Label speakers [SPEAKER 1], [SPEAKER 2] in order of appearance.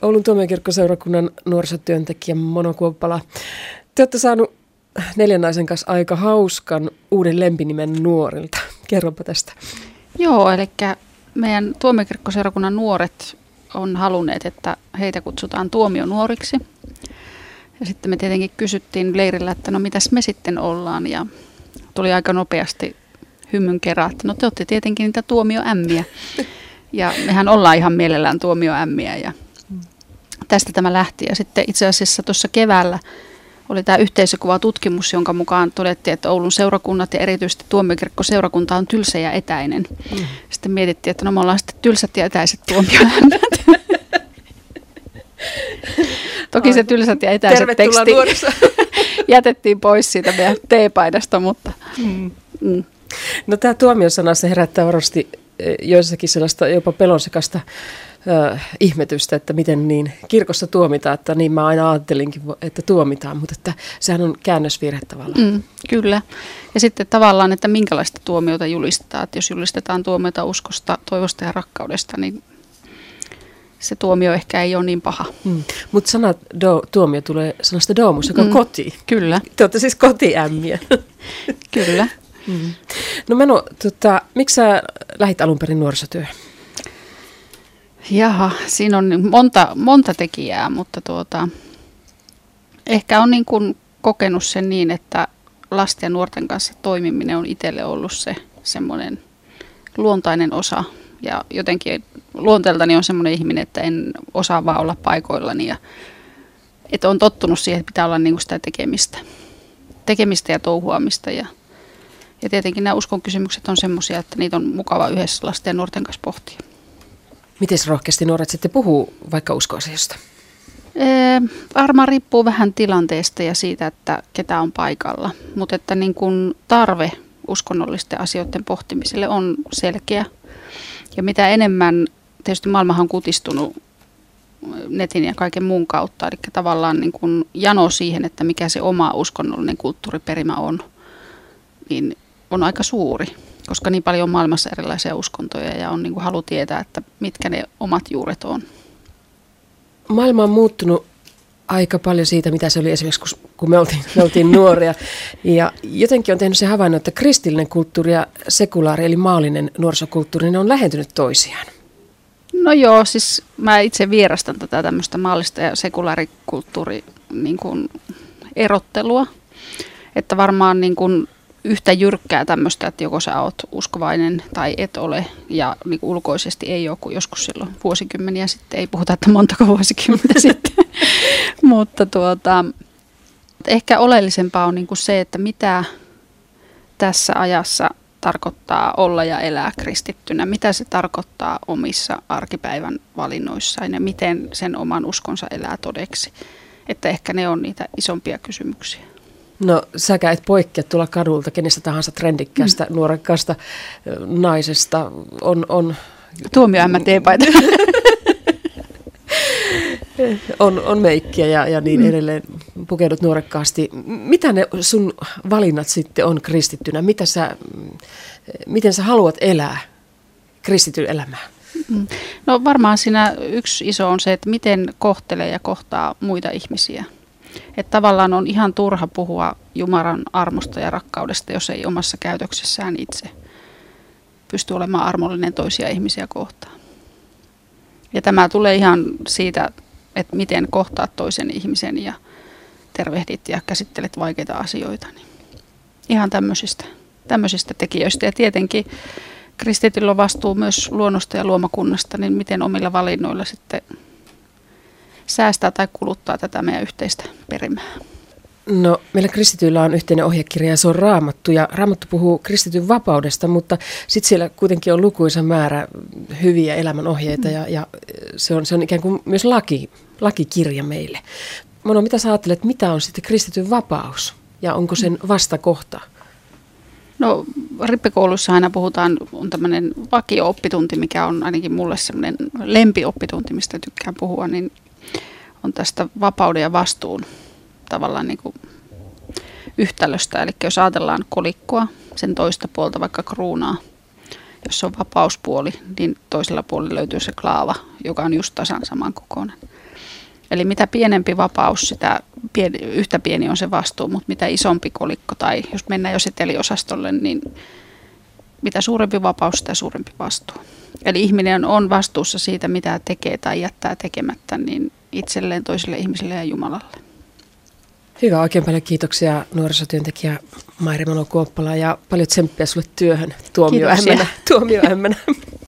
[SPEAKER 1] Oulun tuomiokirkkoseurakunnan nuorisotyöntekijä Mono Kuoppala. Te olette saanut 4 naisen kanssa aika hauskan uuden lempinimen nuorilta. Kerropa tästä.
[SPEAKER 2] Joo, eli meidän tuomiokirkkoseurakunnan nuoret on halunneet, että heitä kutsutaan tuomionuoriksi. Ja sitten me tietenkin kysyttiin leirillä, että no mitäs me sitten ollaan, ja tuli aika nopeasti hymyn kerran, että no te olette tietenkin niitä tuomioämmiä. Ja mehän ollaan ihan mielellään tuomioämmiä, ja tästä tämä lähti. Ja sitten itse asiassa tuossa keväällä oli tämä yhteisökuvatutkimus, jonka mukaan todettiin, että Oulun seurakunnat ja erityisesti tuomiokirkkoseurakunta on tylsä ja etäinen. Sitten mietittiin, että no me ollaan sitten tylsät ja etäiset tuomioämmät. Toki se tylsät ja etäiset teksti jätettiin pois siitä meidän teepaidasta, mutta...
[SPEAKER 1] No tämä tuomiosana, se herättää varmasti joissakin sellaista jopa pelonsekasta ihmetystä, että miten niin kirkossa tuomitaan, että niin mä aina ajattelinkin, että tuomitaan, mutta että sehän on käännösvirhe tavallaan.
[SPEAKER 2] Kyllä. Ja sitten tavallaan, että minkälaista tuomiota julistetaan, että jos julistetaan tuomiota uskosta, toivosta ja rakkaudesta, niin se tuomio ehkä ei ole niin paha.
[SPEAKER 1] Mutta sana tuomio tulee sanasta domus, joka on koti.
[SPEAKER 2] Kyllä.
[SPEAKER 1] Te olette siis kotiämmiä.
[SPEAKER 2] Kyllä.
[SPEAKER 1] No Meno, miksi sä lähit alun perin nuorisotyöhön?
[SPEAKER 2] Jaha, siinä on monta tekijää, mutta ehkä on niin kuin kokenut sen niin, että lasten ja nuorten kanssa toimiminen on itselle ollut se semmoinen luontainen osa. Ja jotenkin luonteeltani on semmoinen ihminen, että en osaa vaan olla paikoillani. Ja, että on tottunut siihen, että pitää olla niin kuin sitä tekemistä ja touhuamista. Ja tietenkin nämä uskon kysymykset on semmoisia, että niitä on mukava yhdessä lasten ja nuorten kanssa pohtia.
[SPEAKER 1] Miten rohkeasti nuoret sitten puhuu vaikka uskoasioista?
[SPEAKER 2] Varmaan riippuu vähän tilanteesta ja siitä, että ketä on paikalla. Mutta että niin kun tarve uskonnollisten asioiden pohtimiselle on selkeä. Ja mitä enemmän, tietysti maailmahan on kutistunut netin ja kaiken muun kautta. Eli tavallaan niin kun jano siihen, että mikä se oma uskonnollinen kulttuuriperimä on, niin on aika suuri. Koska niin paljon on maailmassa erilaisia uskontoja ja on niin kuin halu tietää, että mitkä ne omat juuret on.
[SPEAKER 1] Maailma on muuttunut aika paljon siitä, mitä se oli esimerkiksi, kun me oltiin nuoria. Ja jotenkin on tehnyt se havainnon, että kristillinen kulttuuri ja sekulaari, eli maallinen nuorisokulttuuri, ne on lähentynyt toisiaan.
[SPEAKER 2] No joo, siis mä itse vierastan tätä tämmöistä maallista ja sekulaarikulttuuri niin kuin erottelua. Että varmaan niin kuin yhtä jyrkkää tämmöistä, että joko sä oot uskovainen tai et ole, ja niin ulkoisesti ei ole, kuin joskus silloin vuosikymmeniä sitten, ei puhuta, että montako vuosikymmentä sitten, mutta ehkä oleellisempaa on niin kuin se, että mitä tässä ajassa tarkoittaa olla ja elää kristittynä, mitä se tarkoittaa omissa arkipäivän valinnoissaan ja miten sen oman uskonsa elää todeksi, että ehkä ne on niitä isompia kysymyksiä.
[SPEAKER 1] No säkä et poikkea tuolla kadulta, kenestä tahansa trendikkäästä nuorekkaasta naisesta on
[SPEAKER 2] tuomioämmä teepaita.
[SPEAKER 1] on meikkiä ja niin edelleen, pukeudut nuorekkaasti. Mitä ne sun valinnat sitten on kristittynä? Miten sä haluat elää kristityn elämää?
[SPEAKER 2] No varmaan siinä yksi iso on se, että miten kohtelee ja kohtaa muita ihmisiä. Että tavallaan on ihan turha puhua Jumalan armosta ja rakkaudesta, jos ei omassa käytöksessään itse pysty olemaan armollinen toisia ihmisiä kohtaan. Ja tämä tulee ihan siitä, että miten kohtaat toisen ihmisen ja tervehdit ja käsittelet vaikeita asioita. Niin ihan tämmöisistä tekijöistä. Ja tietenkin kristityllä on vastuu myös luonnosta ja luomakunnasta, niin miten omilla valinnoilla sitten säästää tai kuluttaa tätä meidän yhteistä perimää.
[SPEAKER 1] No, meillä kristityillä on yhteinen ohjekirja ja se on Raamattu. Ja Raamattu puhuu kristityn vapaudesta, mutta sitten siellä kuitenkin on lukuisa määrä hyviä elämänohjeita ja se on ikään kuin myös lakikirja meille. Mono, mitä sä ajattelet, mitä on sitten kristityn vapaus ja onko sen vastakohta?
[SPEAKER 2] No rippikoulussa aina puhutaan, on tämmöinen vakio-oppitunti, mikä on ainakin mulle semmoinen lempioppitunti, mistä tykkään puhua, niin on tästä vapauden ja vastuun tavallaan niin kuin yhtälöstä. Eli jos ajatellaan kolikkoa, sen toista puolta vaikka kruunaa, jos se on vapauspuoli, niin toisella puolella löytyy se klaava, joka on just tasan saman kokoinen. Eli mitä pienempi vapaus, sitä yhtä pieni on se vastuu, mutta mitä isompi kolikko tai jos mennään jo seteliosastolle, niin mitä suurempi vapaus, sitä suurempi vastuu. Eli ihminen on vastuussa siitä, mitä tekee tai jättää tekemättä, niin itselleen, toisille ihmisille ja Jumalalle.
[SPEAKER 1] Hyvä, oikein paljon kiitoksia nuorisotyöntekijä Mairi Malo-Kuoppala ja paljon tsemppiä sulle työhön tuomioämmänä.